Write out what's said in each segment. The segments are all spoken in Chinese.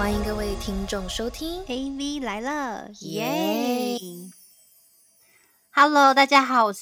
欢迎各位听众收听 AV 来了， 耶 ！Hello，大家好，我是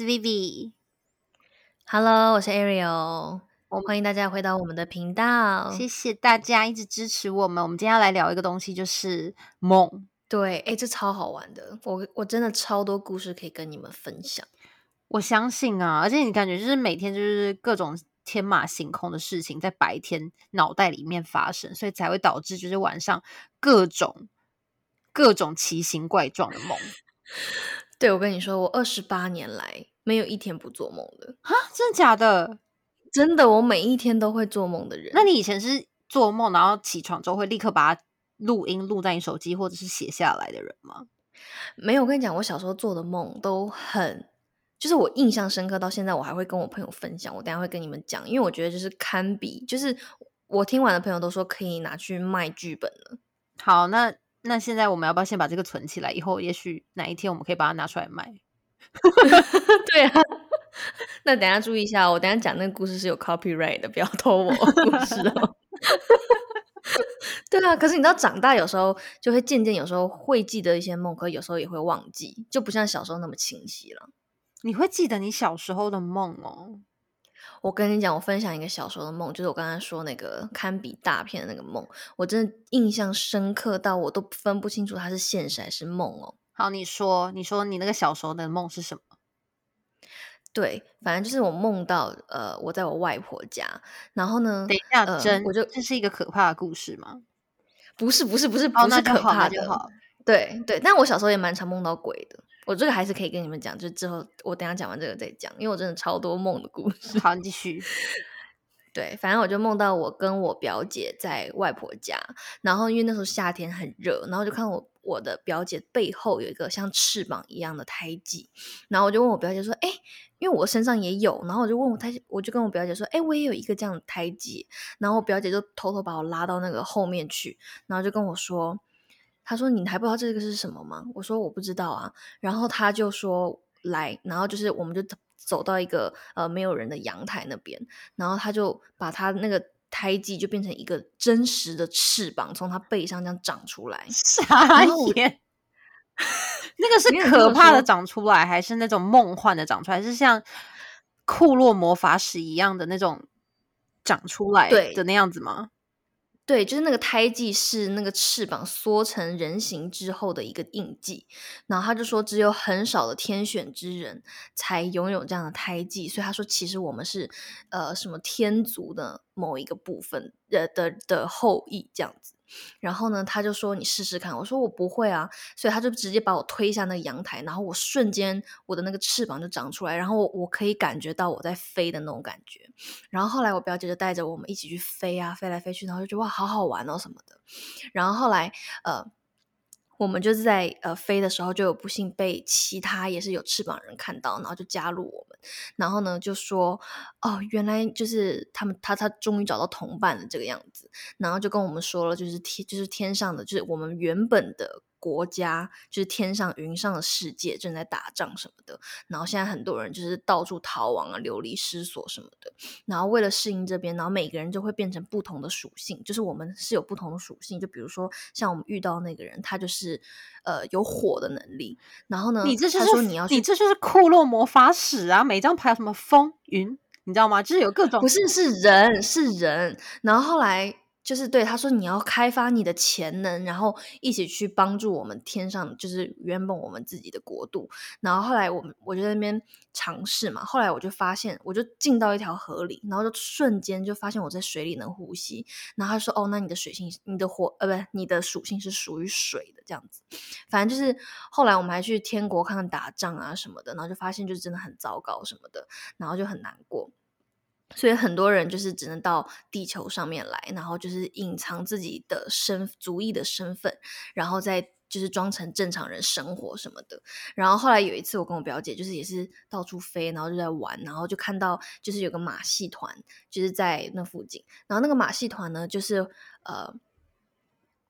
Vivi。Hello， 我是 Ariel，欢迎大家回到我们的频道。 谢谢大家一直支持我们。我们今天要来聊一个东西，就是梦。 对，这超好玩的，我真的超多故事可以跟你们分享。 我相信啊，而且你感觉就是每天就是各种天马行空的事情在白天脑袋里面发生，所以才会导致就是晚上各种奇形怪状的梦。 对，我跟你说，我28年来没有一天不做梦的。 哈，真的假的？ 真的，我每一天都会做梦的人。 那你以前是做梦然后起床之后会立刻把它录音录在你手机或者是写下来的人吗？ 没有，我跟你讲，我小时候做的梦都很，就是我印象深刻，到现在我还会跟我朋友分享。我等一下会跟你们讲，因为我觉得就是堪比，就是我听完的朋友都说可以拿去卖剧本了。 好，那现在我们要不要先把这个存起来？以后也许哪一天我们可以把它拿出来卖。 对啊，那等一下注意一下，我等一下讲那个故事是有 copyright 的，不要偷我故事哦。对啊，可是你知道长大有时候就会渐渐有时候会记得一些梦，可有时候也会忘记，就不像小时候那么清晰了。 你会记得你小时候的梦哦？ 我跟你讲，我分享一个小时候的梦，就是我刚才说那个堪比大片的那个梦，我真的印象深刻到我都分不清楚它是现实还是梦哦。 好，你说你那个小时候的梦是什么？ 对，反正就是我梦到我在我外婆家，然后呢， 等一下，这是一个可怕的故事吗？ 不是哦，那就好， 可怕的， 那就好。 对对，但我小时候也蛮常梦到鬼的。我这个还是可以跟你们讲，就之后我等一下讲完这个再讲，因为我真的超多梦的故事。 好，你继续。 对，反正我就梦到我跟我表姐在外婆家，然后因为那时候夏天很热，然后就看我的表姐背后有一个像翅膀一样的胎记，然后我就问我表姐说：“哎，因为我身上也有。”然后我就跟我表姐说：“哎，我也有一个这样的胎记。”然后我表姐就偷偷把我拉到那个后面去，然后就跟我说：“她说你还不知道这个是什么吗？”我说：“我不知道啊。”然后她就说：“来。”然后就是我们就走到一个没有人的阳台那边，然后他就把他那个胎记就变成一个真实的翅膀，从他背上这样长出来。 傻眼。那个是可怕的长出来，还是那种梦幻的长出来？是像库洛魔法使一样的那种长出来的那样子吗？ 对，就是那个胎记是那个翅膀缩成人形之后的一个印记，然后他就说只有很少的天选之人才拥有这样的胎记，所以他说其实我们是什么天族的某一个部分的后裔这样子。然后呢，他就说你试试看，我说我不会啊，所以他就直接把我推下那个阳台，然后我瞬间我的那个翅膀就长出来，然后我可以感觉到我在飞的那种感觉。然后后来我表姐就带着我们一起去飞啊，飞来飞去，然后就觉得哇，好好玩哦什么的。然后后来我们就是在飞的时候，就有不幸被其他也是有翅膀的人看到，然后就加入我们。然后呢，就说哦，原来就是他终于找到同伴了这个样子。然后就跟我们说了，就是天上的，就是我们原本的国家，就是天上云上的世界正在打仗什么的。然后现在很多人就是到处逃亡啊，流离失所什么的。然后为了适应这边，然后每个人就会变成不同的属性，就是我们是有不同的属性。就比如说像我们遇到那个人，他就是有火的能力。然后呢，他说你要去， 你这就是库洛魔法使啊！每张牌有什么风云，你知道吗？就是有各种， 不是是人。然后后来就是对他说你要开发你的潜能，然后一起去帮助我们天上就是原本我们自己的国度。然后后来我就在那边尝试嘛，后来我就发现我就进到一条河里，然后就瞬间就发现我在水里能呼吸。然后他说哦，那你的水性你的火不你的属性是属于水的这样子。反正就是后来我们还去天国看看打仗啊什么的，然后就发现就是真的很糟糕什么的，然后就很难过。所以很多人就是只能到地球上面来，然后就是隐藏自己的族裔的身份，然后再就是装成正常人生活什么的。然后后来有一次我跟我表姐就是也是到处飞，然后就在玩，然后就看到就是有个马戏团就是在那附近。然后那个马戏团呢就是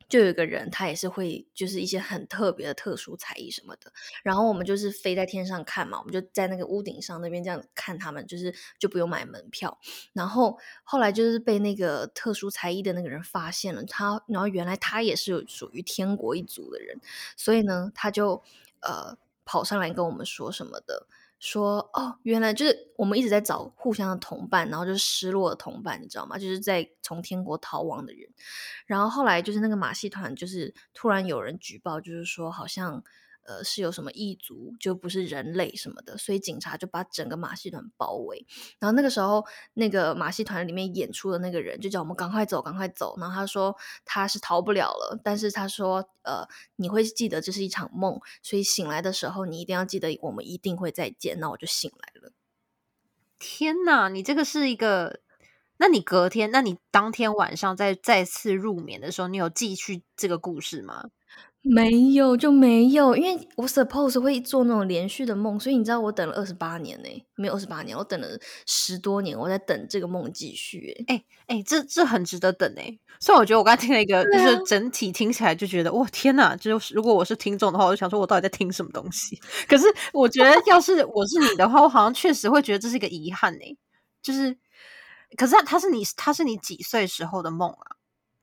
就有一个人他也是会就是一些很特别的特殊才艺什么的，然后我们就是飞在天上看嘛，我们就在那个屋顶上那边这样看他们，就是就不用买门票。然后后来就是被那个特殊才艺的那个人发现了他，然后原来他也是属于天国一族的人，所以呢他就跑上来跟我们说什么的，说哦，原来就是我们一直在找互相的同伴，然后就是失落的同伴，你知道吗？就是在从天国逃亡的人。然后后来就是那个马戏团，就是突然有人举报，就是说好像是有什么异族，就不是人类什么的，所以警察就把整个马戏团包围。然后那个时候，那个马戏团里面演出的那个人就叫我们赶快走，赶快走。然后他说他是逃不了了，但是他说你会记得这是一场梦，所以醒来的时候你一定要记得我们一定会再见。那我就醒来了。 天哪，你这个是一个，那你隔天，那你当天晚上再次入眠的时候，你有继续这个故事吗？ 没有，就没有，因为我 suppose 会做那种连续的梦，所以你知道我等了28年呢，没有28年，我等了10多年，我在等这个梦继续这很值得等诶。虽然我觉得我刚才听了一个，就对啊， 是整体听起来就觉得哇天哪，就是如果我是听众的话，我就想说我到底在听什么东西。可是我觉得要是我是你的话，我好像确实会觉得这是一个遗憾诶。就是，可是他是你几岁时候的梦啊？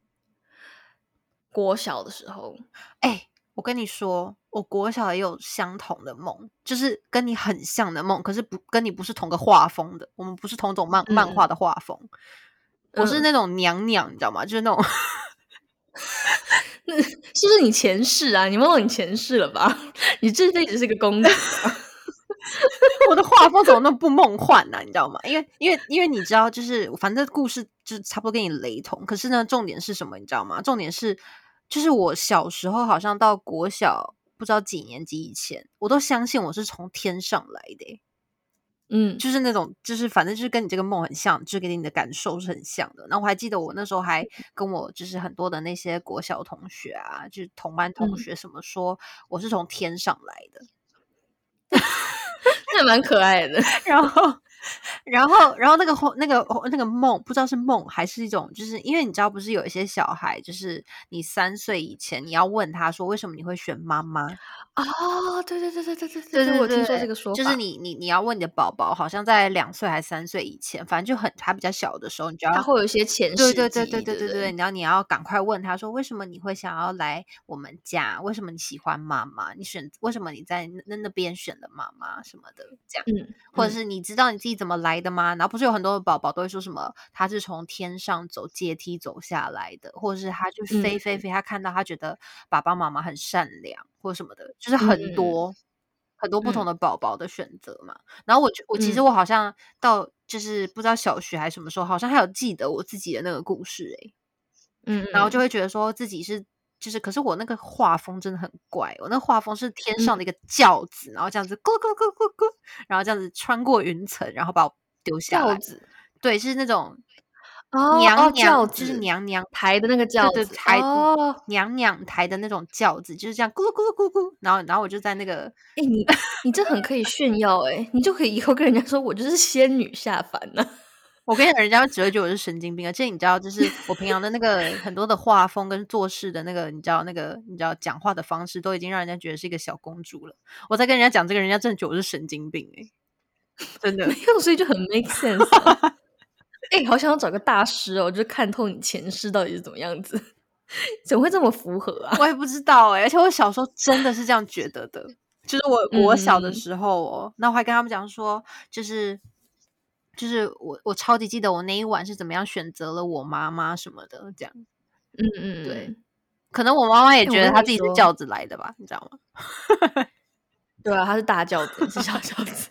国小的时候， 我跟你说，我国小也有相同的梦，就是跟你很像的梦，可是跟你不是同个画风的，我们不是同种漫画的画风。我是嗯， 那种娘娘，你知道吗？就是那种那是不是你前世啊？你忘了你前世了吧？你这辈子是个公主啊！ 我的画风怎么那么不梦幻呢、你知道吗？因为你知道，就是反正故事就是差不多跟你雷同，可是呢，重点是什么？你知道吗？重点是，就是我小时候好像到国小不知道几年级以前，我都相信我是从天上来的嗯就是那种，就是反正就是跟你这个梦很像，就是给你的感受是很像的。然后我还记得我那时候还跟我就是很多的那些国小同学啊，就是同班同嗯， 学什么说我是从天上来的。 那还蛮可爱的。 然后然后那个梦，不知道是梦还是一种，就是因为你知道，不是有一些小孩，就是你3岁以前，你要问他说为什么你会选妈妈， 哦，对对对对对对对对，我对对对， 有听说这个说就是法， 你要问你的宝宝，好像在2岁还3岁以前，反正就还比较小的时候，你就要他会有一些前对世记忆， 对对对对对不对？ 对对，然后你要赶快问他说，为什么你会想要来我们家？为什么你喜欢妈妈？为什么你在那边选了妈妈什么的，这样。 嗯或者是嗯你知道你自己怎么来的吗？然后不是有很多的宝宝都会说什么他是从天上走阶梯走下来的，或者是他就嗯飞飞飞，他看到他觉得爸爸妈妈很善良或者什么的，就是很嗯多很多不同嗯的宝宝的选择嘛。然后我其实嗯我好像到就是不知道小学还是什么时候，好像还有记得我自己的那个故事然后就嗯嗯会觉得说自己是就是可是我那个画风真的很怪，我那个画风是天上的嗯， 一个轿子，然后这样子咕咕咕咕咕，然后这样子穿过云层，然后把我丢下来。 轿子， 对，是那种哦哦， 娘娘，就是轿子， 娘娘抬的那个轿对对， 子，哦， 娘娘抬的那种轿子，就是这样咕噜咕噜咕噜咕噜，然后我就在那个哎，你这很可以炫耀哎，你就可以以后跟人家说我就是仙女下凡呢。 我跟你讲，人家只会觉得我是神经病，而且你知道，就是我平常的那个很多的画风跟做事的那个，你知道讲话的方式，都已经让人家觉得是一个小公主了。我在跟人家讲这个，人家真的觉得我是神经病真的。 没有，所以就很 make sense 啊。哎，好想要找个大师哦，就看透你前世到底是怎么样子，怎么会这么符合啊？ 我也不知道而且我小时候真的是这样觉得的。就是我国小的嗯时候那我还跟他们讲说，就是我超级记得我那一晚是怎么样选择了我妈妈什么的，这样。 嗯嗯对， 嗯。 可能我妈妈也哎，我跟觉得她自己是你说， 轿子来的吧，你知道吗？ 对啊，他是大轿子，你是小轿子。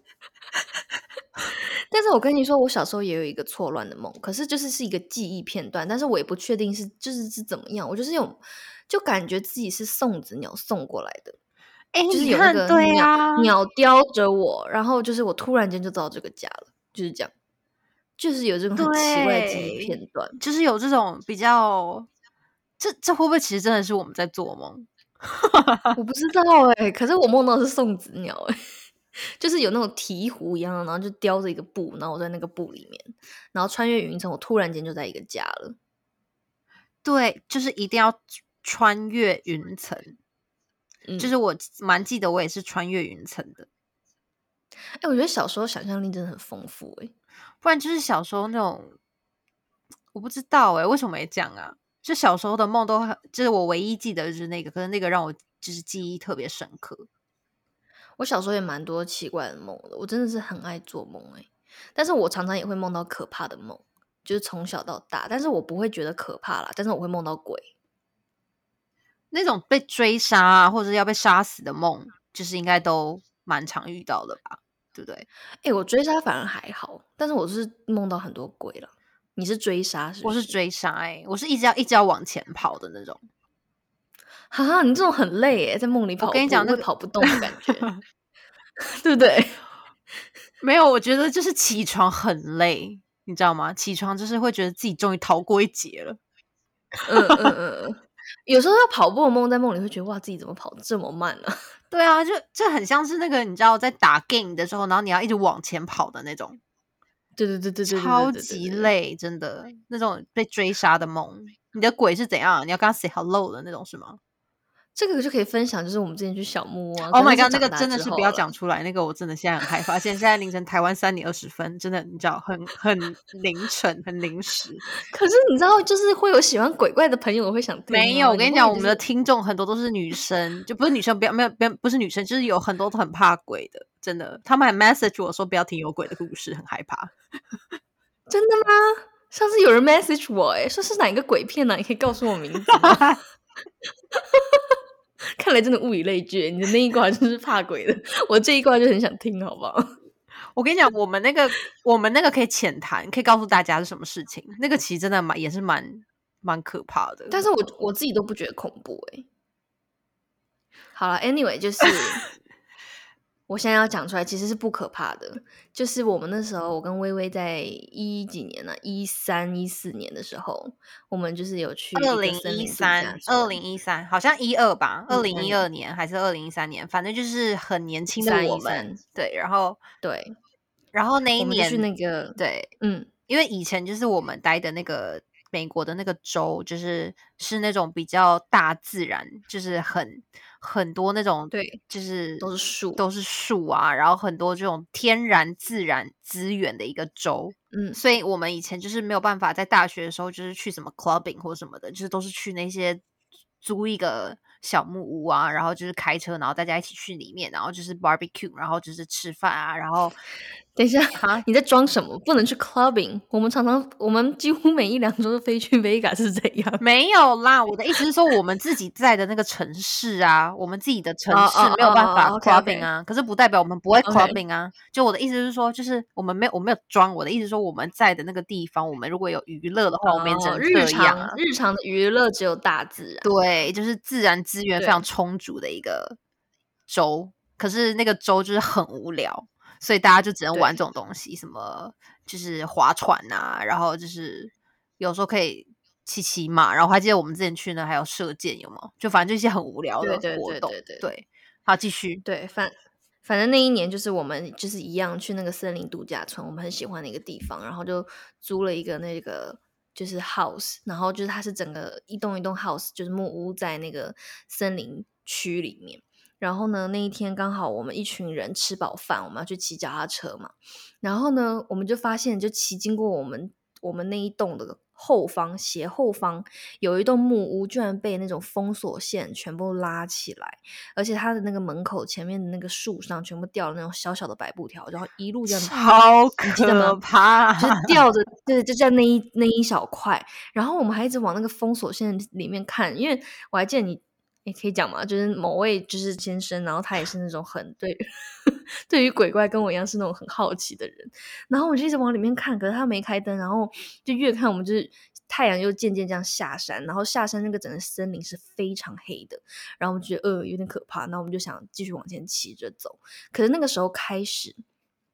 但是我跟你说，我小时候也有一个错乱的梦，可是就是一个记忆片段，但是我也不确定是怎么样，我就是就感觉自己是送子鸟送过来的，就是有那你看， 个鸟对啊， 鸟叼着我，然后就是我突然间就到这个家了，就是这样，就是有这种很奇怪的记忆对， 片段。 就是有这种比较这会不会其实真的是我们在做梦？ 我不知道哎、可是我梦到的是送子鸟哎、就是有那种鹈鹕一样的，然后就叼着一个布，然后我在那个布里面，然后穿越云层，我突然间就在一个家了。 对，就是一定要穿越云层。就是我蛮记得我也是穿越云层的。 我觉得小时候想象力真的很丰富不然就是小时候那种，我不知道为什么没讲啊？就小时候的梦都就是我唯一记得就是那个，可是那个让我就是记忆特别深刻。 我小时候也蛮多奇怪的梦的，我真的是很爱做梦但是我常常也会梦到可怕的梦，就是从小到大，但是我不会觉得可怕啦，但是我会梦到鬼。 那种被追杀啊，或者要被杀死的梦，就是应该都蛮常遇到的吧？对不对？ 我追杀反而还好，但是我是梦到很多鬼了。你是追杀是不是？ 我是追杀我是一直要往前跑的那种。 哈哈，你这种很累在梦里跑步， 我跟你讲，那个会跑不动的感觉，对不对？ 没有，我觉得就是起床很累，你知道吗？起床就是会觉得自己终于逃过一劫了。 有时候要跑步的梦，在梦里会觉得哇，自己怎么跑得这么慢呢？ 对啊，就很像是那个你知道在打 game 的时候，然后你要一直往前跑的那种。 对， 超级累，真的那种被追杀的梦。你的鬼是怎样？你要跟他 say hello 的那种是吗？ 这个就可以分享，就是我们之前去小木屋啊。 Oh 可 my 是 god，那个长大真的是不要之后了。 讲出来，那个我真的现在很害怕。现在凌晨台湾3:20，真的你知道很凌晨，很临时。 可是你知道，就是会有喜欢鬼怪的朋友会想听没有，我跟你讲，我们的听听众很多都是女生，就不是女生，不是女生，就是有很多都很怕鬼的，真的。他们还 message 我说不要听有鬼的故事，很害怕。 真的吗？上次有人 message 我说是哪一个鬼片呢？你可以告诉我名字吗？看来真的物以类聚，你的那一卦就是怕鬼的，我这一卦就很想听，好不好？ 我跟你讲，我们那个可以浅谈，可以告诉大家是什么事情。那个其实真的也是蛮可怕的。 但是我自己都不觉得恐怖好了 ，anyway， 就是我现在要讲出来，其实是不可怕的。就是我们那时候，我跟微微在几年呢？13、14年的时候，我们就是有去一个森林度假村。 2013，好像12吧，2012年还是2013年，反正就是很年轻的我们。对，然后那一年我们就去那个对，因为以前就是我们待的那个美国的那个州，是那种比较大自然，就是很多那种对， 就是都是树啊，然后很多这种天然自然资源的一个州。所以我们以前就是没有办法在大学的时候就是去什么 clubbing 或什么的，就是都是去那些租一个小木屋啊，然后就是开车，然后大家一起去里面，然后就是 barbecue， 然后就是吃饭啊，然后等一下，你在装什么？不能去 clubbing？我们几乎每1-2周都飞去 Vegas 是怎样？ 没有啦，我的意思是说，我们自己在的那个城市啊，我们自己的城市没有办法 clubbing 啊，可是不代表我们不会 clubbing 啊。就我的意思是说，就是我没有装，我的意思是说，我们在的那个地方，我们如果有娱乐的话，我们只能这样啊。 日常的娱乐只有大自然， 对，就是自然资源非常充足的一个州，可是那个州就是很无聊。所以大家就只能玩这种东西，什么就是划船啊，然后就是有时候可以骑马，然后还记得我们之前去呢，还有射箭，有没有？就反正就一些很无聊的活动。对，好，继续。 对，反正那一年就是我们就是一样去那个森林度假村，我们很喜欢的一个地方，然后就租了一个那个就是 house， 然后就是它是整个一栋 house， 就是木屋在那个森林区里面。然后呢，那一天刚好我们一群人吃饱饭，我们要去骑脚踏车嘛。然后呢，我们就发现，就骑经过我们那一栋的斜后方有一栋木屋，居然被那种封锁线全部拉起来，而且它的那个门口前面的那个树上全部吊了那种小小的白布条，然后一路这样超可怕， 就是吊着，对，就在那一小块。然后我们还一直往那个封锁线里面看，因为我还记得你。也可以讲嘛，就是某位就是先生，然后他也是那种很对于鬼怪跟我一样是那种很好奇的人，然后我就一直往里面看，可是他没开灯，然后就越看我们就是太阳又渐渐这样下山，然后下山那个整个森林是非常黑的，然后我们觉得有点可怕，那我们就想继续往前骑着走，可是那个时候开始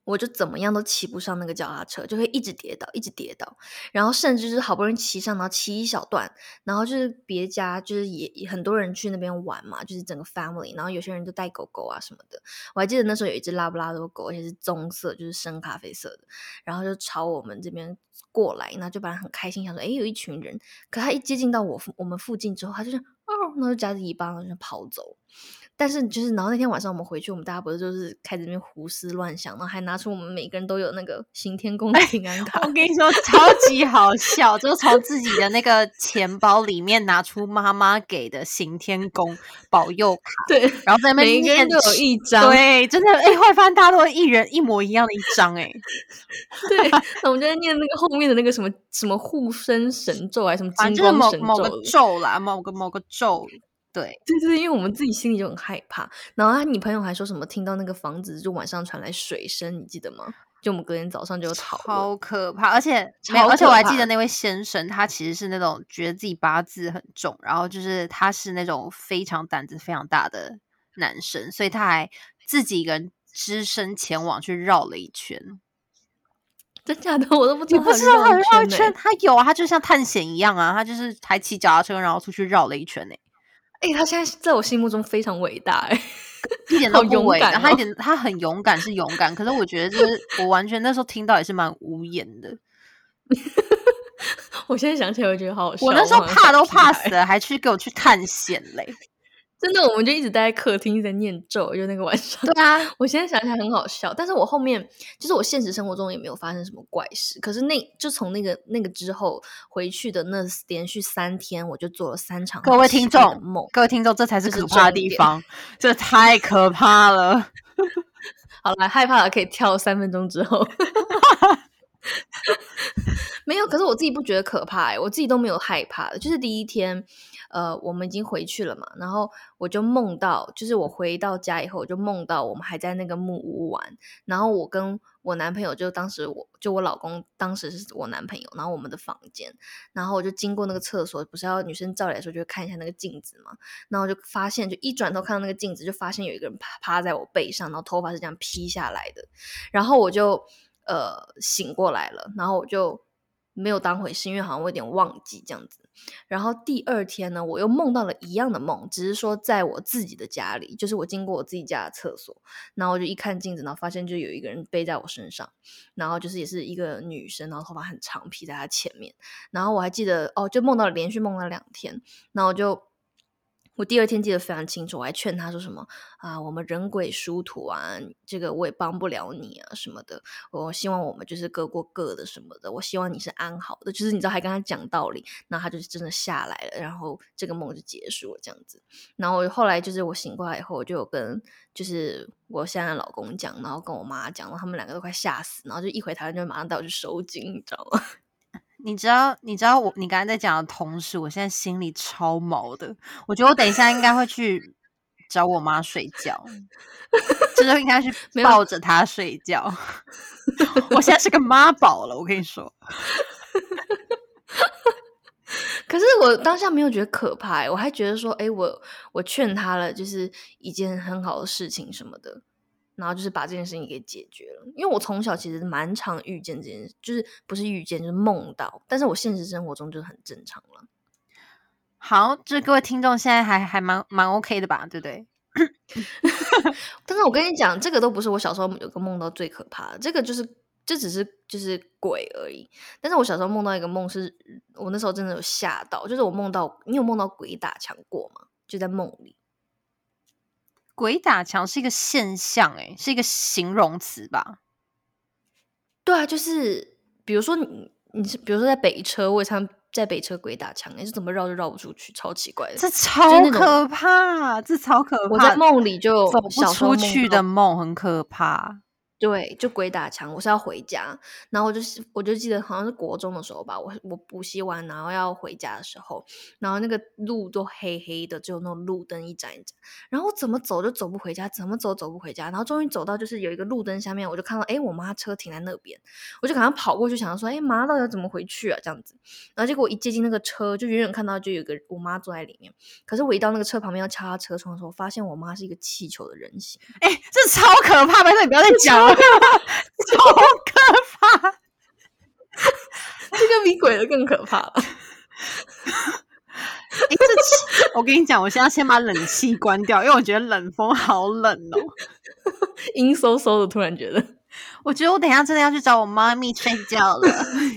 我就怎么样都骑不上那个脚踏车，就会一直跌倒，一直跌倒，然后甚至就是好不容易骑上，然后骑一小段，然后就是别家就是也很多人去那边玩嘛，就是整个 family， 然后有些人就带狗狗啊什么的。我还记得那时候有一只拉布拉多狗，而且是棕色，就是深咖啡色的，然后就朝我们这边过来，然后就本来很开心，想说诶有一群人，可他一接近到我们附近之后，他就是然后就夹着尾巴，然后就跑走。但是就是，然后那天晚上我们回去，我们大家不是就是开始那边胡思乱想，然后还拿出我们每个人都有那个行天宫的平安卡。 我跟你说，超级好笑，就从自己的那个钱包里面拿出妈妈给的行天宫保佑卡， 对， 然后在那边每一个人都有一张。 对，真的，后来发现大家都一人一模一样的一张， 对，那我们就在念那个后面的那个什么护身神咒，还是什么金就是光神咒， 某个咒啦，某个咒。对， 因为我们自己心里就很害怕。然后你朋友还说什么听到那个房子就晚上传来水声，你记得吗？就我们隔天早上就有讨论， 超可怕。而且我还记得那位先生，他其实是那种觉得自己八字很重，然后就是他是那种非常胆子非常大的男生，所以他还自己一个人只身前往去绕了一圈。 真假的？我都不知道。 你不知道他绕一圈？他有啊，他就像探险一样啊，他就是还骑脚踏车，然后出去绕了一圈他现在在我心目中非常伟大一点都不伟大。他很勇敢是勇敢，可是我觉得就是我完全那时候听到也是蛮无言的。 我现在想起来我觉得好好笑。 我那时候怕都怕死了，还去给我去探险嘞。 真的，我们就一直待在客厅，一直在念咒，就那个晚上。 对啊， 我现在想起来很好笑，但是我后面就是我现实生活中也没有发生什么怪事，可是就从那个之后回去的那连续3天，我就做了3场各位听众梦。 各位听众，这才是可怕的地方，这太可怕了。 好了，害怕了可以跳3分钟之后。没有，可是我自己不觉得可怕我自己都没有害怕的。就是第一天，我们已经回去了嘛，然后我就梦到，就是我回到家以后，我就梦到我们还在那个木屋玩，然后我跟我男朋友就当时我老公当时是我男朋友，然后我们的房间，然后我就经过那个厕所，不是要女生照理来说就会看一下那个镜子嘛，然后就发现，就一转头看到那个镜子，就发现有一个人趴在我背上，然后头发是这样披下来的，然后我就醒过来了，然后我就没有当回事，因为好像我有点忘记这样子。然后第2天呢，我又梦到了一样的梦，只是说在我自己的家里，就是我经过我自己家的厕所，然后我就一看镜子，然后发现就有一个人背在我身上，然后就是也是一个女生，然后头发很长，披在她前面。然后我还记得就连续梦了2天，然后我第2天记得非常清楚，我还劝他说什么我们人鬼殊途啊，这个我也帮不了你啊什么的，我希望我们就是各过各的什么的，我希望你是安好的，就是你知道还跟他讲道理，然后他就是真的下来了，然后这个梦就结束了这样子。然后后来就是我醒过来以后，我就有跟就是我现在的老公讲，然后跟我妈讲，然后他们2个都快吓死，然后就一回台湾就马上带我去收惊，你知道吗？ 你知道你刚才在讲的同时，我现在心里超毛的。我觉得我等一下应该会去找我妈睡觉，就是应该去抱着她睡觉。我现在是个妈宝了，我跟你说。 可是我当下没有觉得可怕我还觉得说我劝他了，就是一件很好的事情什么的，然后就是把这件事情给解决了。因为我从小其实蛮常遇见这件事，就是不是遇见就是梦到，但是我现实生活中就是很正常了。 好，就是各位听众现在还蛮 OK 的吧，对不对？ 但是我跟你讲，这个都不是我小时候有个梦到最可怕的，这只是就是鬼而已。但是我小时候梦到一个梦，是我那时候真的有吓到，就是我梦到，你有梦到鬼打墙过吗？就在梦里。 鬼打墙是一个现象是一个形容词吧？ 对啊，就是比如说你是比如说在北车，我也常在北车鬼打墙是怎么绕就绕不出去，超奇怪的。 这超可怕，这超可怕。 我在梦里就走不出去的梦很可怕。 对，就鬼打墙，我是要回家，然后我就记得好像是国中的时候吧，我补习完然后要回家的时候，然后那个路都黑黑的，只有那种路灯一盏一盏，然后我怎么走就走不回家，怎么走不回家，然后终于走到就是有一个路灯下面，我就看到我妈车停在那边，我就赶快跑过去想要说妈到底要怎么回去啊这样子，然后结果我一接近那个车，就远远看到就有一个我妈坐在里面，可是我一到那个车旁边要敲她车窗的时候，发现我妈是一个气球的人形。 这超可怕，拜托你不要再讲了。 超可怕。 这个比鬼的更可怕吧？ 我跟你讲，我现在先把冷气关掉，因为我觉得冷风好冷哦。 阴飕飕的，突然觉得， 我觉得我等一下真的要去找我妈咪睡觉了。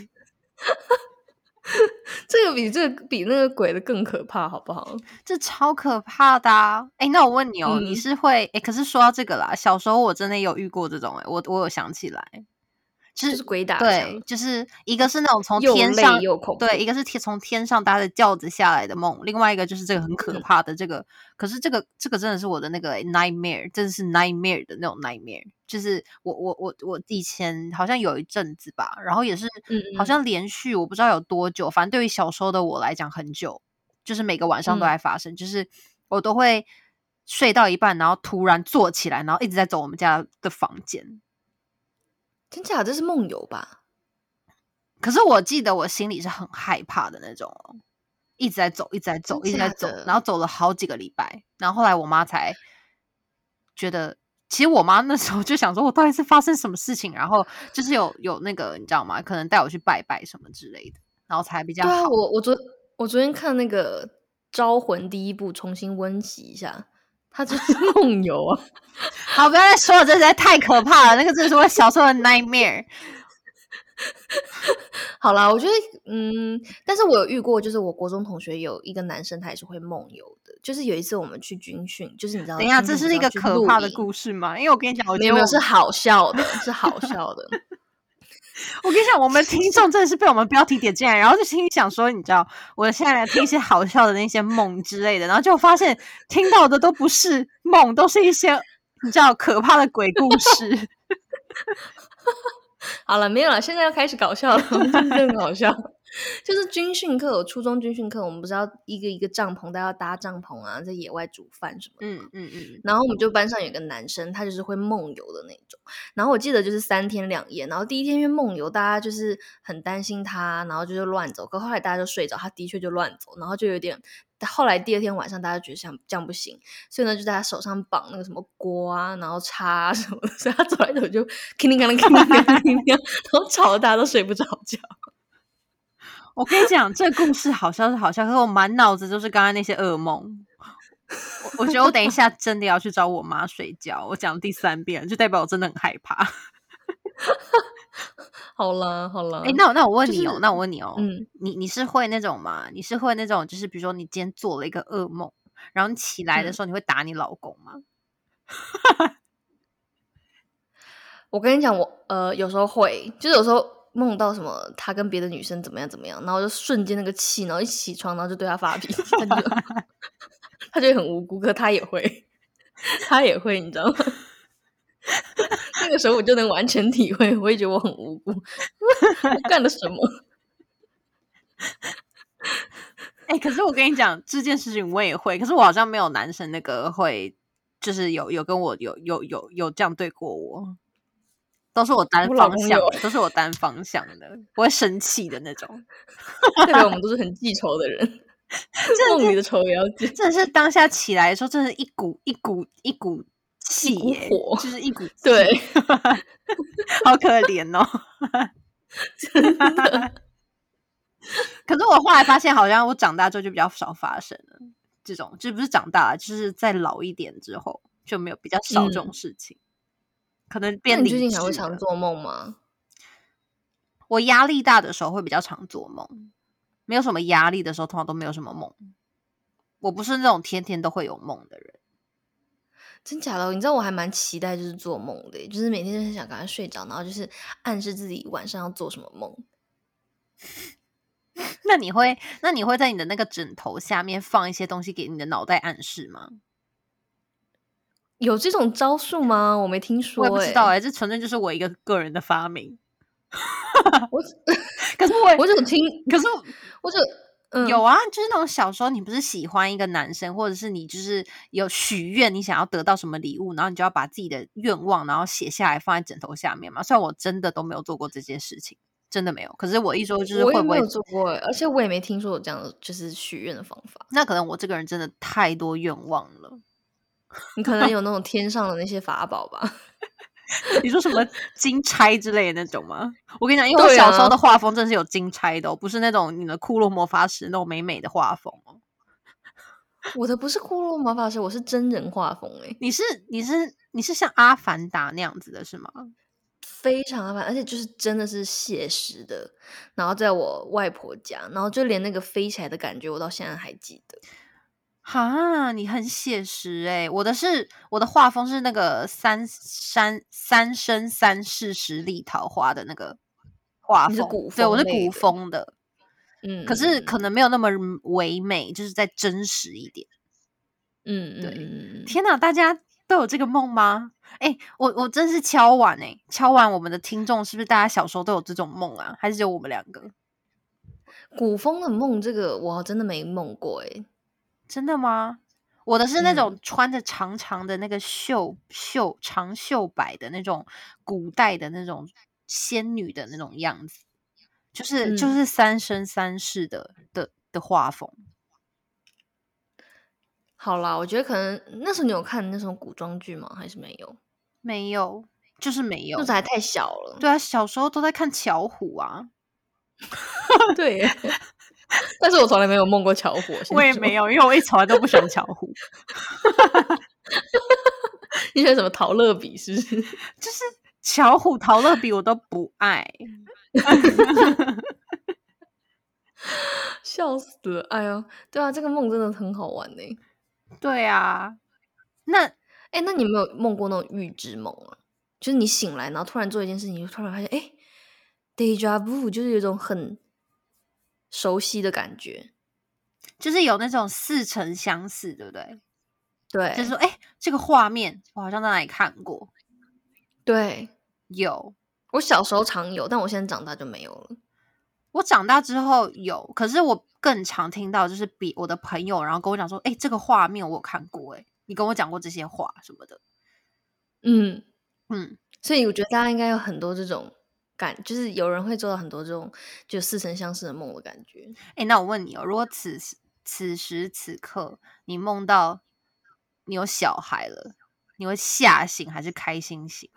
这个比那个鬼的更可怕，好不好？ 这超可怕的啊！那我问你哦，你是会可是说到这个啦，小时候我真的有遇过这种我有想起来。 就是鬼打墙， 对，就是一个是那种从又天上累又恐怖， 对，一个是从天上搭着轿子下来的梦，另外一个就是这个很可怕的这个。可是这个真的是我的那个 nightmare， 真的是 nightmare 的那种 nightmare。就是我以前好像有一阵子吧，然后也是好像连续我不知道有多久，反正对于小时候的我来讲很久，就是每个晚上都在发生，就是我都会睡到一半，然后突然坐起来，然后一直在走我们家的房间。 真假？这是梦游吧？ 可是我记得我心里是很害怕的那种哦，一直在走，一直在走，一直在走，然后走了好几个礼拜，然后后来我妈才觉得，其实我妈那时候就想说，我到底是发生什么事情，然后就是有那个你知道吗？可能带我去拜拜什么之类的，然后才比较好。 对啊，我昨天看那个《招魂》第一部，重新温习一下。他就是梦游啊！ 好，不要再说了，这实在太可怕了。那个真的是我小时候的 nightmare。 好啦，我觉得，但是我有遇过，就是我国中同学有一个男生，他也是会梦游的。就是有一次我们去军训，就是你知道， 等一下，这是一个可怕的故事吗？因为我跟你讲， 没有是好笑的，是好笑的。 我跟你讲，我们听众真的是被我们标题点进来，然后就心里想说，你知道，我现在来听一些好笑的那些梦之类的，然后就发现听到的都不是梦，都是一些你知道可怕的鬼故事。 好了，没有了，现在要开始搞笑了，就是真的搞笑。就是军训课，初中军训课，我们不是要一个一个帐篷，大家要搭帐篷啊，在野外煮饭什么的嘛。然后我们就班上有个男生，他就是会梦游的那种。然后我记得就是3天2夜，然后第一天因为梦游，大家就是很担心他，然后就是乱走。可后来大家就睡着，他的确就乱走，然后就有点。后来第2天晚上，大家觉得像这样不行，所以呢，就在他手上绑那个什么锅啊，然后叉啊什么的，所以他走来走就叮铃当啷，叮铃当啷，然后吵得大家都睡不着觉。 我跟你讲，这个故事好笑是好笑，可是我满脑子都是刚刚那些噩梦。我觉得我等一下真的要去找我妈睡觉。我讲第3遍，就代表我真的很害怕。 好了好了， 那我问你哦， 就是、 那我问你哦，你是会那种吗？你是会那种，就是比如说你今天做了一个噩梦，然后你起来的时候，你会打你老公吗？ 我跟你讲，我有时候会，就是有时候梦到什么他跟别的女生怎么样怎么样，然后就瞬间那个气，然后一起床，然后就对他发脾气，他就很无辜，可他也会，你知道吗？那个时候我就能完全体会，我也觉得我很无辜，我干了什么？ 可是我跟你讲这件事情我也会，可是我好像没有男生那个会，就是有跟我有这样对过我，都是我单方向，都是我单方向的，我会生气的那种。 代表我们都是很记仇的人，梦里的仇也要记。 真的是当下起来的时候，真的是一股气耶， 火， 就是一股气， 对， 好可怜哦。 真的。 可是我后来发现，好像我长大之后就比较少发生了这种，就不是长大了，就是再老一点之后就没有比较少这种事情。可能变理智了。 那你最近还会常做梦吗？ 我压力大的时候会比较常做梦，没有什么压力的时候通常都没有什么梦。我不是那种天天都会有梦的人。 真假的？你知道我还蛮期待就是做梦的，就是每天就很想赶快睡着，然后就是暗示自己晚上要做什么梦。 那你会在你的那个枕头下面放一些东西给你的脑袋暗示吗？ 有这种招数吗？我没听说。 我也不知道这纯粹就是我一个个人的发明。可是我只听， 可是我只有啊，就是那种小时候你不是喜欢一个男生，或者是你就是有许愿你想要得到什么礼物，然后你就要把自己的愿望然后写下来放在枕头下面嘛。虽然我真的都没有做过这件事情，真的没有。可是我一说就是会不会， 我也没有做过，而且我也没听说有这样的就是许愿的方法。 那可能我这个人真的太多愿望了。 你可能有那种天上的那些法宝吧。 你说什么金钗之类的那种吗？我跟你讲，因为我对小时候的啊， 画风真的是有金钗的、哦，不是那种你的库洛魔法使那种美美的画风哦。 我的不是骷髅魔法师，我是真人画风你是像阿凡达那样子的是吗？ 非常麻烦，而且就是真的是写实的。然后在我外婆家，然后就连那个飞起来的感觉，我到现在还记得。 哈，你很写实欸，我的画风是那个三生三世十里桃花的那个画风， 你是古对，我是古风类的， 风的，可是可嗯能没有那么唯美，就是再真实一点。对， 嗯， 天哪，大家都有这个梦吗？哎，我真是敲碗哎，敲碗我们的听众是不是大家小时候都有这种梦啊？还是只有我们两个？ 古风的梦，这个我真的没梦过诶。 真的吗？我的是那种嗯穿着长长的那个长袖摆的那种古代的那种仙女的那种样子，就是嗯， 三生三世的画风。 好啦，我觉得可能那时候你有看那种古装剧吗？还是没有？ 没有，就是没有。 那时候还太小了。 对啊，小时候都在看巧虎啊， 对耶，但是我从来没有梦过巧虎。我先说， 我也没有，因为我从来都不喜欢巧虎， 你选什么陶乐比是不是？ 就是巧虎、陶乐比我都不爱。 笑死了！哎呦，对啊，这个梦真的很好玩呢。 对啊，那哎，那你有没有梦过那种预知梦啊？就是你醒来，然后突然做一件事情，就突然发现，哎，déjà vu，就是有一种很熟悉的感觉。 就是有那种似曾相识，对不对？就是说， 对哎，这个画面我好像在哪里看过。 对， 有， 我小时候常有，但我现在长大就没有了。 我长大之后有，可是我更常听到就是比我的朋友，然后跟我讲说，哎，这个画面我有看过，哎，你跟我讲过这些话什么的。 嗯， 嗯， 所以我觉得大家应该有很多这种就是有人会做到很多这种就似曾相识的梦的感觉。 哎，那我问你哦，如果此时此刻你梦到你有小孩了，你会吓醒还是开心醒？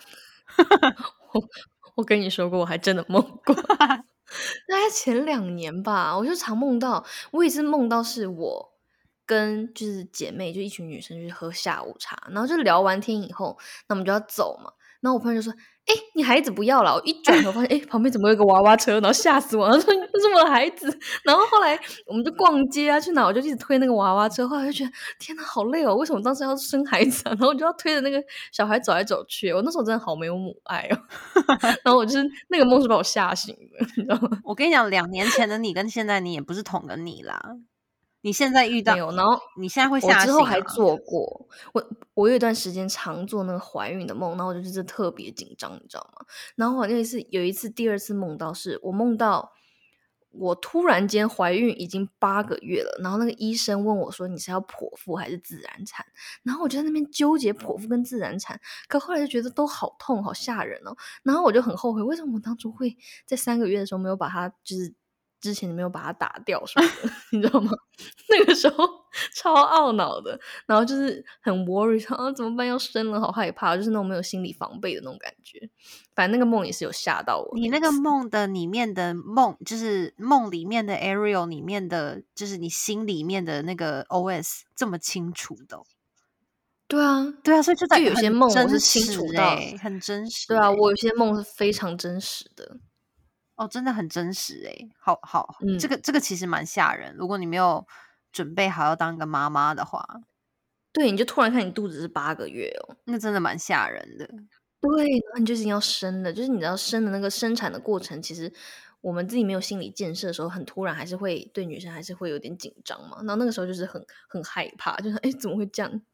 我跟你说过，我还真的梦过。大概前2年吧，我就常梦到，我也是梦到是我跟就是姐妹，就一群女生去喝下午茶，然后就聊完天以后，那我们就要走嘛。然后我朋友就说：“哎、你孩子不要了！”我一转头发现，哎、旁边怎么有一个娃娃车？然后吓死我了！然后说：“那是我的孩子。”然后后来我们就逛街啊，去哪我就一直推那个娃娃车。后来就觉得天哪，好累哦！为什么当时要生孩子啊？然后我就要推着那个小孩走来走去。我那时候真的好没有母爱哦。然后我就是那个梦是把我吓醒的，你知道吗？ 我跟你讲2年前的你跟现在你也不是同个你啦。你现在遇到没有，然后你现在会我之后吓醒啊？ 还做过，我有一段时间常做那个怀孕的梦，然后我就是特别紧张，你知道吗？然后我有一次第二次梦到是我梦到我突然间怀孕已经8个月了，然后那个医生问我说你是要剖腹还是自然产？然后我就在那边纠结剖腹跟自然产，可后来就觉得都好痛好吓人哦，然后我就很后悔，为什么我当初会在3个月的时候没有把它就是之前没有把它打掉什么的，你知道吗？那个时候超懊恼的，然后就是很 worry，说啊怎么办要生了，好害怕，就是那种没有心理防备的那种感觉。反正那个梦也是有吓到我你那个那一次。 梦的里面的梦，就是梦里面的 Ariel 里面的，就是你心里面的那个 OS 这么清楚的哦。 对啊， 对啊，所以就在就有些很真梦我是清实楚到， 欸，很真实对啊， 欸。 我有些梦是非常真实的。 哦，真的很真实欸，好好，这嗯， 个这个其实蛮吓人，如果你没有准备好要当一个妈妈的话， 对，你就突然看你肚子是8个月哦。 那真的蛮吓人的。 对，然后你就已经要生了，就是你知道生的那个生产的过程，其实我们自己没有心理建设的时候，很突然还是会对女生还是会有点紧张嘛。然后那个时候就是很害怕，就是哎怎么会这样？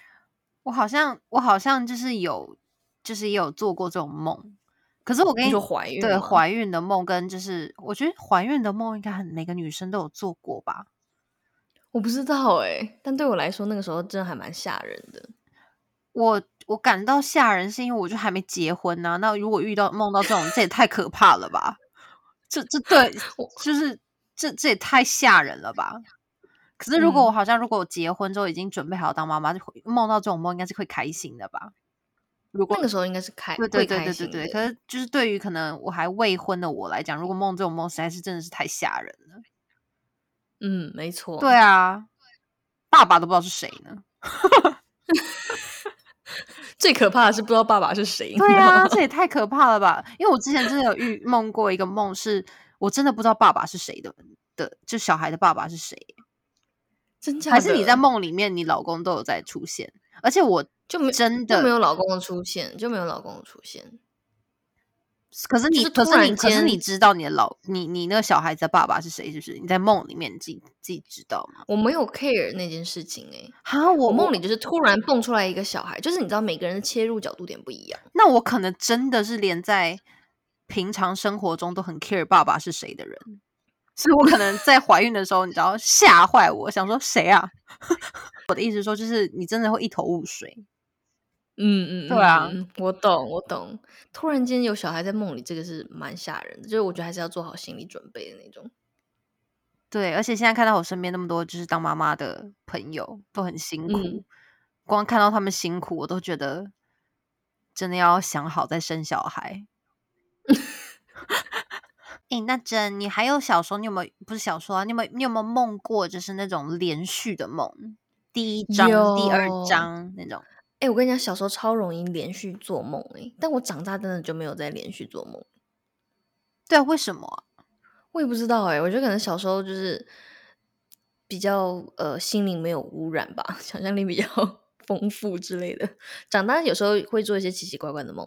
我好像就是也有做过这种梦，可是我跟你你说怀孕吗？ 对怀孕的梦跟就是我觉得怀孕的梦应该每个女生都有做过吧。 我不知道哎，但对我来说那个时候真的还蛮吓人的。 我感到吓人是因为我就还没结婚啊，那如果梦到这种，这也太可怕了吧？这对， 我就是这也太吓人了吧？可是如果我结婚之后已经准备好当妈妈，就会梦到这种梦，应该是会开心的吧？ 如果那个时候应该是对对会对对对对， 开心的。 可是就是对于可能我还未婚的我来讲，如果梦这种梦实在是真的是太吓人了。 嗯，没错。 对啊，爸爸都不知道是谁呢。 最可怕的是不知道爸爸是谁，你对啊， 知道吗？ 这也太可怕了吧！因为我之前真的有梦过一个梦，是我真的不知道爸爸是谁的，就小孩的爸爸是谁。 真还是你在假的？ 梦里面，你老公都有在出现，而且我就没真的， 有老公的出现，就没有老公的出现， 可是你， 就是突然可是你间知道你那个小孩子的爸爸是谁，是不是？你在梦里面自己知道吗？ 我没有 care 那件事情欸。 哈， 我梦里就是突然蹦出来一个小孩，就是你知道每个人的切入角度点不一样。 那我可能真的是连在平常生活中都很 care 爸爸是谁的人，所以我可能在怀孕的时候，你知道吓坏我，想说谁啊？我的意思说，就是你真的会一头雾水。对啊， 我懂我懂。突然间有小孩在梦里，这个是蛮吓人的，就是我觉得还是要做好心理准备的那种。 对，而且现在看到我身边那么多就是当妈妈的朋友都很辛苦，光看到他们辛苦，我都觉得真的要想好再生小孩。那真，你还有小时候，你有没有不是小时候啊？你有没有梦过，就是那种连续的梦，第一章、第二有， 章那种？ 我跟你讲，小时候超容易连续做梦但我长大真的就没有再连续做梦。 对啊，为什么啊？ 我也不知道我觉得可能小时候就是比较心灵没有污染吧，想象力比较丰富之类的。长大有时候会做一些奇奇怪怪的梦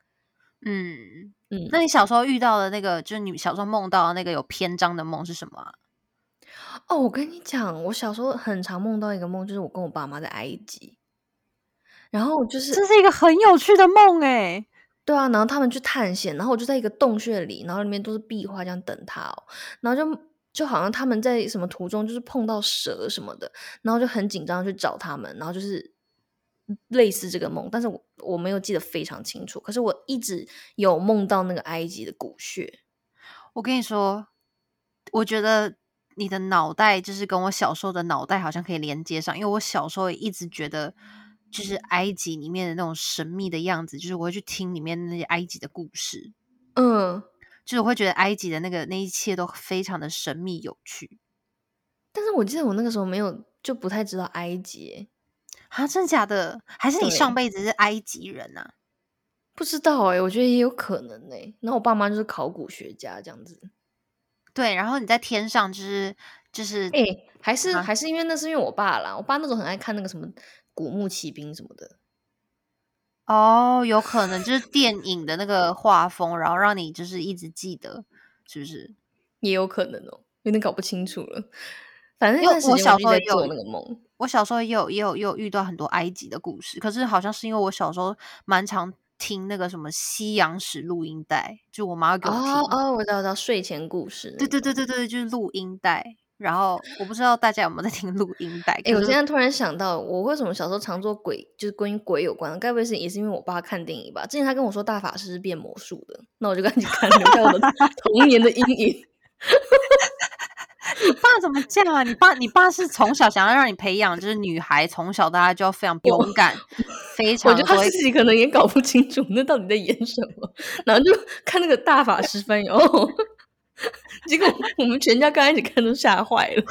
那你小时候遇到的那个，就是你小时候梦到的那个有篇章的梦是什么啊？ 哦，我跟你讲，我小时候很常梦到一个梦，就是我跟我爸妈在埃及，然后就是这是一个很有趣的梦欸。 对啊，然后他们去探险，然后我就在一个洞穴里，然后里面都是壁画这样等他然后就好像他们在什么途中就是碰到蛇什么的，然后就很紧张去找他们，然后就是类似这个梦，但是我没有记得非常清楚，可是我一直有梦到那个埃及的骨穴。 我跟你说，我觉得你的脑袋就是跟我小时候的脑袋好像可以连接上，因为我小时候也一直觉得，就是埃及里面的那种神秘的样子，就是我会去听里面那些埃及的故事， 嗯， 就是我会觉得埃及的那一切都非常的神秘有趣。 但是我记得我那个时候没有就不太知道埃及啊，真的假的？还是你上对， 辈子是埃及人啊？ 不知道我觉得也有可能然后我爸妈就是考古学家这样子。 对，然后你在天上就是还是因为那是因为我爸啦，我爸那时候很爱看那个什么古墓奇兵什么的。 哦，有可能就是电影的那个画风，然后让你就是一直记得，是不是？ 也有可能有点搞不清楚了。反正那因为我段时间我就一直在做那个梦。 我小时候也有遇到很多埃及的故事，可是好像是因为我小时候蛮常听那个什么西洋史录音带，就我妈会给我听。 我知道睡前故事对对对那种。 对对，就是录音带。然后我不知道大家有没有在听录音带，可我是现在突然想到，我为什么小时候常做鬼，就是跟鬼有关的，该不会也是因为我爸看电影吧？之前他跟我说大法师是变魔术的，那我就赶紧看，留下我的童年的阴影。 你爸怎么这样啊？你爸是从小想要让你培养，就是女孩从小大家就要非常勇敢，非我觉得他常不会自己可能也搞不清楚那到底在演什么，然后就看那个大法师翻译结果我们全家刚一起看都吓坏了。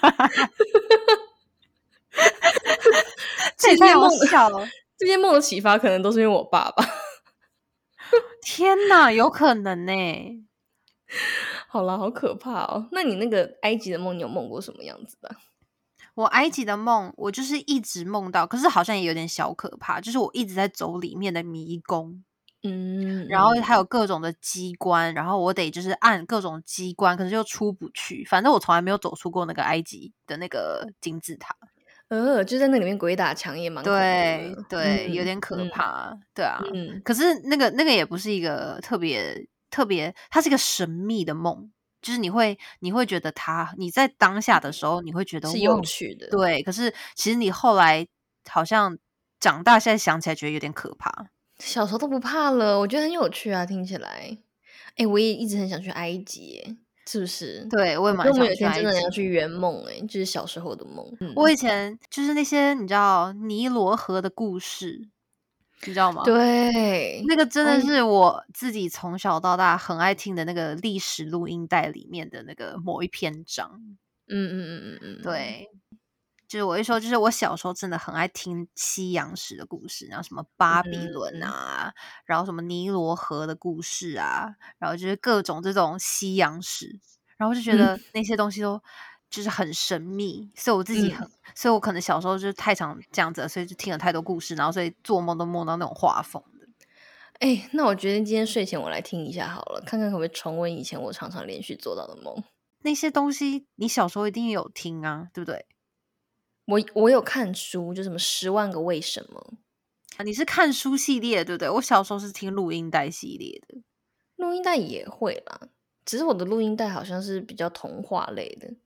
这也太好笑了！ 这些梦的启发可能都是因为我爸爸。 天哪，有可能呢。 好啦，好可怕那你那个埃及的梦，你有梦过什么样子的？ 我埃及的梦，我就是一直梦到，可是好像也有点小可怕，就是我一直在走里面的迷宫，然后还有各种的机关，然后我得就是按各种机关，可是又出不去。反正我从来没有走出过那个埃及的那个金字塔。 就在那里面鬼打墙也蛮恐怖的。 对，有点可怕。对啊，可是那个也不是一个特别，它是一个神秘的梦。就是你会觉得你在当下的时候，你会觉得是有趣的。 对，可是其实你后来好像长大，现在想起来觉得有点可怕。 小时候都不怕了，我觉得很有趣啊，听起来。我也一直很想去埃及是不是？ 对，我也蛮我们有一想去埃及。 天真的要去圆梦就是小时候的梦。 我以前就是那些你知道尼罗河的故事。 你知道吗？ 对， 那个真的是我自己从小到大很爱听的那个历史录音带里面的那个某一篇章。对，就是我一说，就是我小时候真的很爱听西洋史的故事，然后什么巴比伦啊，然后什么尼罗河的故事啊，然后就是各种这种西洋史，然后就觉得那些东西都就是很神秘，所以我自己所以我可能小时候就是太常这样子，所以就听了太多故事，然后所以做梦都梦到那种画风的。 那我决定今天睡前我来听一下好了，看看可不可以重温以前我常常连续做到的梦。 那些东西你小时候一定有听啊，对不对？ 我有看书，就什么10万个为什么。 你是看书系列对不对？我小时候是听录音带系列的。 录音带也会啦，只是我的录音带好像是比较童话类的。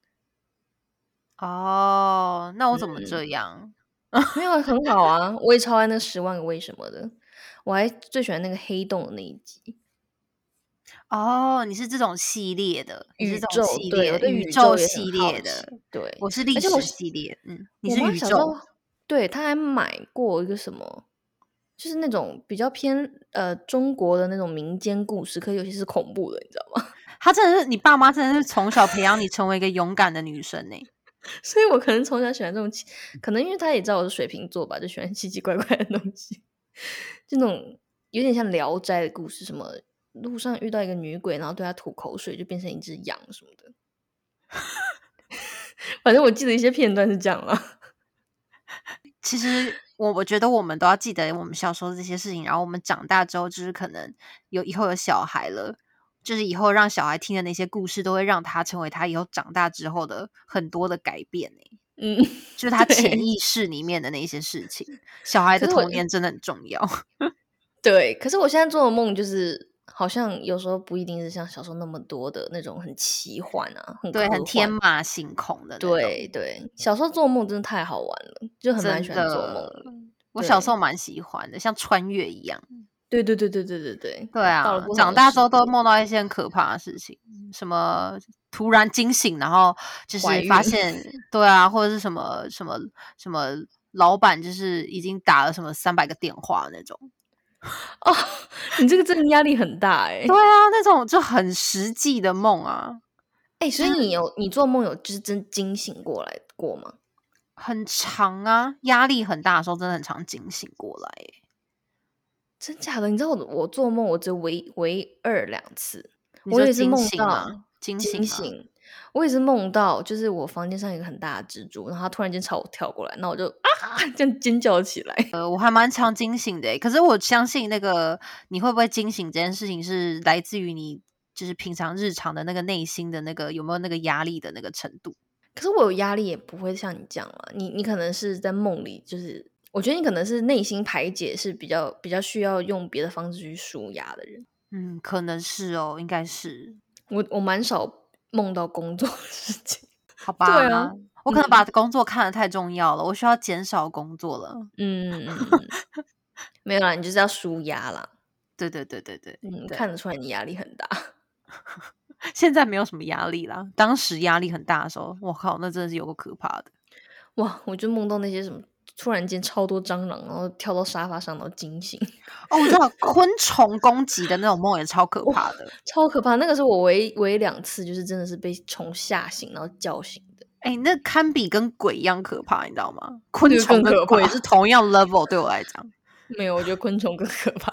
哦，那我怎么这样？ 没有，很好啊，我也超爱那10万个为什么的，我还最喜欢那个黑洞的那一集。 哦，你是这种系列的，你是这种宇宙，对， 系列的我对宇宙宇宙也很系好奇， 列的， 对， 我是历而且史系列，你我是宇宙。 妈小时候，对，她还买过一个什么，就是那种比较偏中国的那种民间故事，可有些是恐怖的，你知道吗？ 她真的是，你爸妈真的是从小培养你成为一个勇敢的女生呢。 所以我可能从小喜欢这种可能因为他也知道我是水瓶座吧，就喜欢奇奇怪怪的东西，就那种有点像《聊斋》的故事，什么路上遇到一个女鬼，然后对她吐口水，就变成一只羊什么的。反正我记得一些片段是这样啦。 其实我觉得我们都要记得我们小时候这些事情，然后我们长大之后，就是可能以后有小孩了，就是以后让小孩听的那些故事，都会让他成为他以后长大之后的很多的改变就是他潜对。 意识里面的那些事情。小孩的可是我童年真的很重要。 对，可是我现在做的梦就是好像有时候不一定是像小时候那么多的那种很奇幻啊，很对，很科幻。 天马行空的那种。 对对，小时候做梦真的太好玩了，就蛮真喜欢做梦的， 的。 我小时对候蛮喜欢的，像穿越一样。 对对对对对对对， 对啊， 到了不同长大之后都的世界， 梦到一些很可怕的事情，什么突然惊醒，然后就是发怀孕。 现，对啊，或者是什么老板就是已经打了什么300个电话那种。 哦，你这个真的压力很大对欸。 啊，那种就很实际的梦啊， 所以你做梦有就是真惊醒过来过吗？ 很长啊，压力很大的时候真的很常惊醒过来耶。 真假的？你知道我做梦我只有唯二2次， 你说惊我也是梦醒吗？ 到惊醒吗？ 惊醒，我也是梦到就是我房间上有一个很大的蜘蛛，然后它突然间朝我跳过来，那我就这样尖叫起来。 我还蛮常惊醒的耶，可是我相信那个你会不会惊醒这件事情是来自于你就是平常日常的那个内心的那个有没有那个压力的那个程度。 可是我有压力也不会像你这样啦，你可能是在梦里，就是我觉得你可能是内心排解是比较需要用别的方式去舒压的人。 可能是哦，应该是。 我蛮少梦到工作的事情。 好吧， 对啊， 我可能把工作看得太重要了，我需要减少工作了。 没有啦，你就是要舒压啦。 对对对对对对， 看得出来你压力很大。 现在没有什么压力啦，当时压力很大的时候，我靠，那真的是有个可怕的。 哇，我就梦到那些什么，突然间超多蟑螂，然后跳到沙发上，然后惊醒。 哦，我知道昆虫攻击的那种梦也超可哇， 怕的。 超可怕！那个是我唯一2次，就是真的是被虫吓醒，然后叫醒的。 那堪比跟鬼一样可怕，你知道吗？昆那个更可虫跟鬼怕。 是同样 level，对我来讲。 没有，我觉得昆虫更可怕。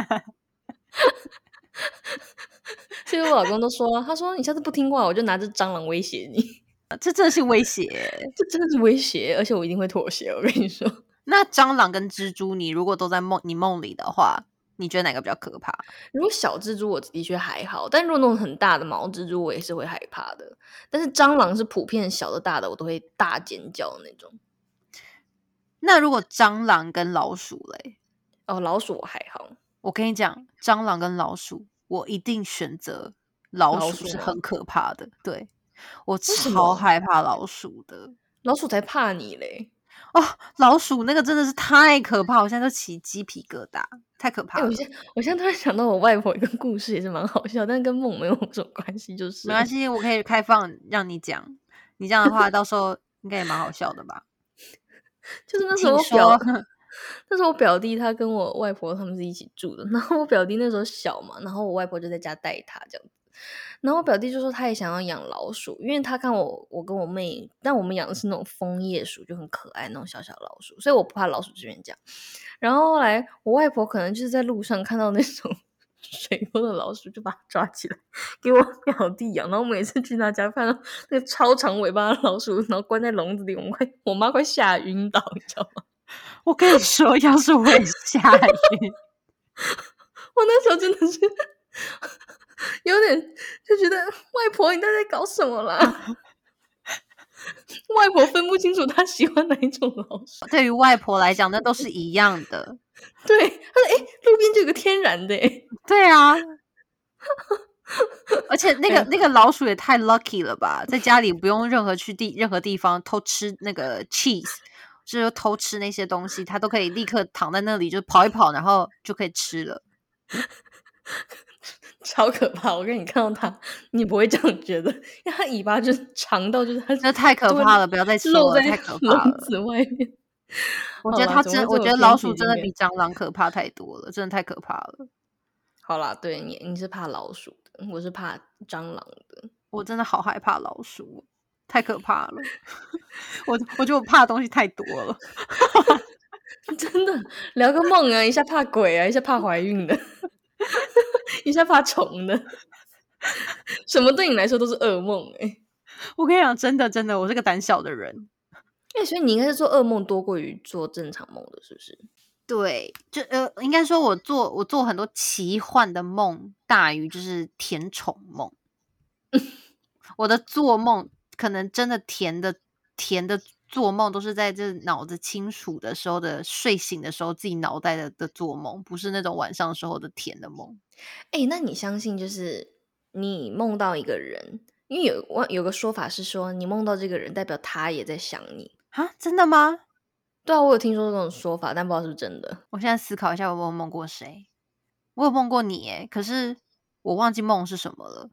所以我老公都说，他说你下次不听话，我就拿着蟑螂威胁你。 这真的是威胁。 这真的是威胁，而且我一定会妥协。我跟你说， 那蟑螂跟蜘蛛，你如果都在你梦里的话，你觉得哪个比较可怕？ 如果小蜘蛛我的确还好，但如果那种很大的毛蜘蛛，我也是会害怕的。但是蟑螂是普遍小的、大的，我都会大尖叫的那种。 那如果蟑螂跟老鼠嘞？ 哦，老鼠我还好。 我跟你讲，蟑螂跟老鼠，我一定选择老鼠，是很可怕的。对，我超害怕老鼠的。 老鼠才怕你嘞！ 哦，老鼠那个真的是太可怕，我现在都起鸡皮疙瘩，太可怕了。 我现在突然想到我外婆一个故事，也是蛮好笑，但是跟梦没有什么关系，就是没关系，我可以开放让你讲。你这样的话，到时候应该也蛮好笑的吧？ 就是那时候那时候我表弟他跟我外婆他们是一起住的，然后我表弟那时候小嘛，然后我外婆就在家带他这样子。然后我表弟就说他也想要养老鼠，因为他看我跟我妹，但我们养的是那种枫叶鼠，就很可爱那种小小老鼠，所以我不怕老鼠这边讲。然后后来我外婆可能就是在路上看到那种水沟的老鼠，就把它抓起来给我表弟养。然后每次去他家看到那个超长尾巴的老鼠，然后关在笼子里，我妈快吓晕倒，你知道吗？ 我跟你说，要是我也吓晕。 我那时候真的是有点就觉得外婆你在搞什么啦？外婆分不清楚她喜欢哪一种老鼠。 对于外婆来讲，那都是一样的。 对，她说：“哎，路边就有个天然的。” 对啊，而且那个老鼠也太 lucky 了吧，在家里不用任何地方偷吃那个 cheese， 就是偷吃那些东西，它都可以立刻躺在那里就跑一跑，然后就可以吃了。 超可怕！我跟你看到它，你不会这样觉得，因为它尾巴就是长到就是它那太可怕了，不要再说了， 露在太可怕笼了。 子外面。 我觉得我觉得老鼠真的比蟑螂可怕太多了，真的太可怕了。 好啦，对你是怕老鼠的，我是怕蟑螂的。 我真的好害怕老鼠，太可怕了。我觉得我怕的东西太多了。 真的聊个梦啊，一下怕鬼啊，一下怕怀孕的，一下怕虫的，什么对你来说都是噩梦我跟你讲，真的，我是个胆小的人。 所以你应该是做噩梦多过于做正常梦的，是不是？ 对，就应该说我做很多奇幻的梦，大于就是甜宠梦。我的做梦可能真的甜的做梦都是在这脑子清楚的时候的睡醒的时候自己脑袋的做梦，不是那种晚上时候的甜的梦。 那你相信就是你梦到一个人，因为有个说法是说你梦到这个人代表他也在想你啊？真的吗？ 对啊，我有听说这种说法，但不知道是不是真的。 我现在思考一下，我有没有梦过谁？我有梦过你耶，可是我忘记梦是什么了。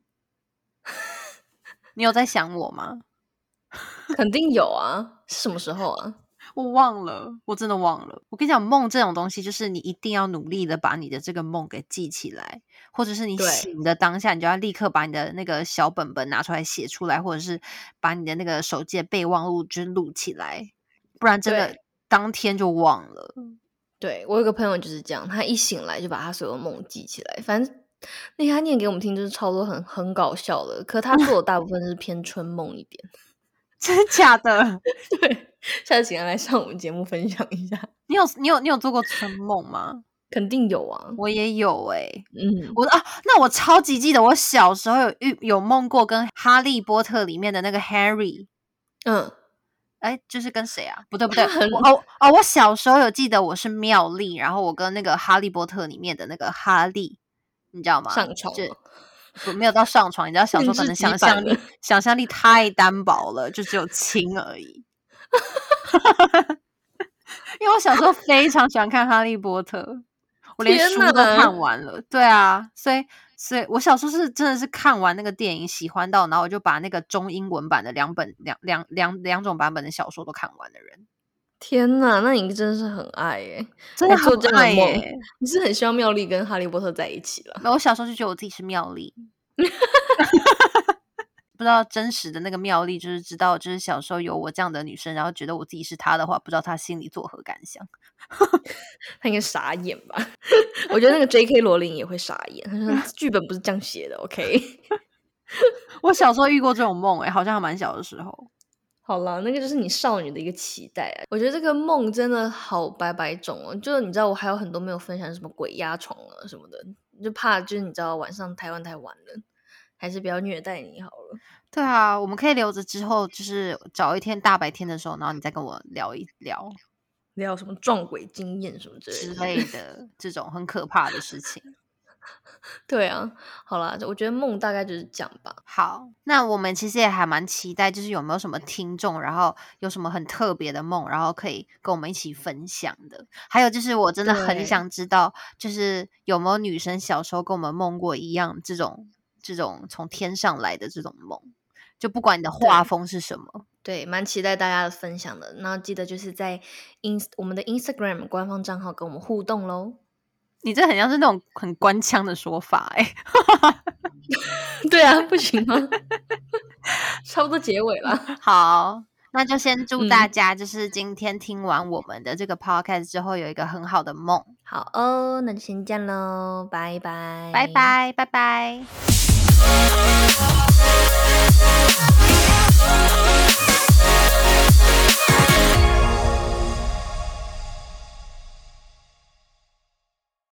你有在想我吗？ 肯定有啊，是什么时候啊？ 我忘了，我真的忘了。我跟你讲，梦这种东西，就是你一定要努力的把你的这个梦给记起来，或者是你醒的当下，你就要立刻把你的那个小本本拿出来写出来，或者是把你的那个手机的备忘录就是录起来，不然真的当天就忘了。 对，我有个朋友就是这样，他一醒来就把他所有梦记起来，反正那他念给我们听就是超多很搞笑的，可他做的大部分是偏春梦一点。 真的假的？ 对，下次请他来上我们节目分享一下。 你有做过春梦吗？ 肯定有啊， 我也有那我超级记得，我小时候有梦过跟《哈利波特》里面的那个 Harry， 就是跟谁啊？不对，我小时候有记得我是妙丽，然后我跟那个《哈利波特》里面的那个哈利，你知道吗？ 上床没有到上床，你知道小时候可能想象力太单薄了，就只有亲而已。因为我小时候非常喜欢看《哈利波特》，我连书都看完了。对啊，所以我小时候是真的是看完那个电影喜欢到，然后我就把那个中英文版的两种版本的小说都看完的人。 天哪，那你真的是很爱真的很爱你是很希望妙丽跟哈利波特在一起了？ 我小时候就觉得我自己是妙丽。不知道真实的那个妙丽，就是知道就是小时候有我这样的女生，然后觉得我自己是她的话，不知道她心里作何感想。 她应该傻眼吧？我觉得那个 J.K. 罗琳也会傻眼，她说剧本不是这样写的 OK。 我小时候遇过这种梦好像还蛮小的时候。 好啦，那个就是你少女的一个期待啊。我觉得这个梦真的好百种哦，就是你知道我还有很多没有分享，什么鬼压床啊什么的，就怕就是你知道晚上台湾太晚了，还是不要虐待你好了。 对啊，我们可以留着之后就是找一天大白天的时候，然后你再跟我聊一聊什么撞鬼经验什么之类的这种很可怕的事情。 对啊，好啦，我觉得梦大概就是这样吧。 好，那我们其实也还蛮期待，就是有没有什么听众，然后有什么很特别的梦，然后可以跟我们一起分享的。还有就是我真的很想知道，就是有没有女生小时候跟我们梦过一样这种从天上来的这种梦，就不管你的画风是什么。 对，蛮期待大家的分享的。那记得就是在我们的 Instagram 官方账号跟我们互动咯。 你这很像是那种很官腔的说法对啊，不行吗？差不多结尾了。 好，那就先祝大家就是今天听完我们的这个 podcast 之后有一个很好的梦。 好哦，那就先这样咯，拜拜， 拜拜，拜拜。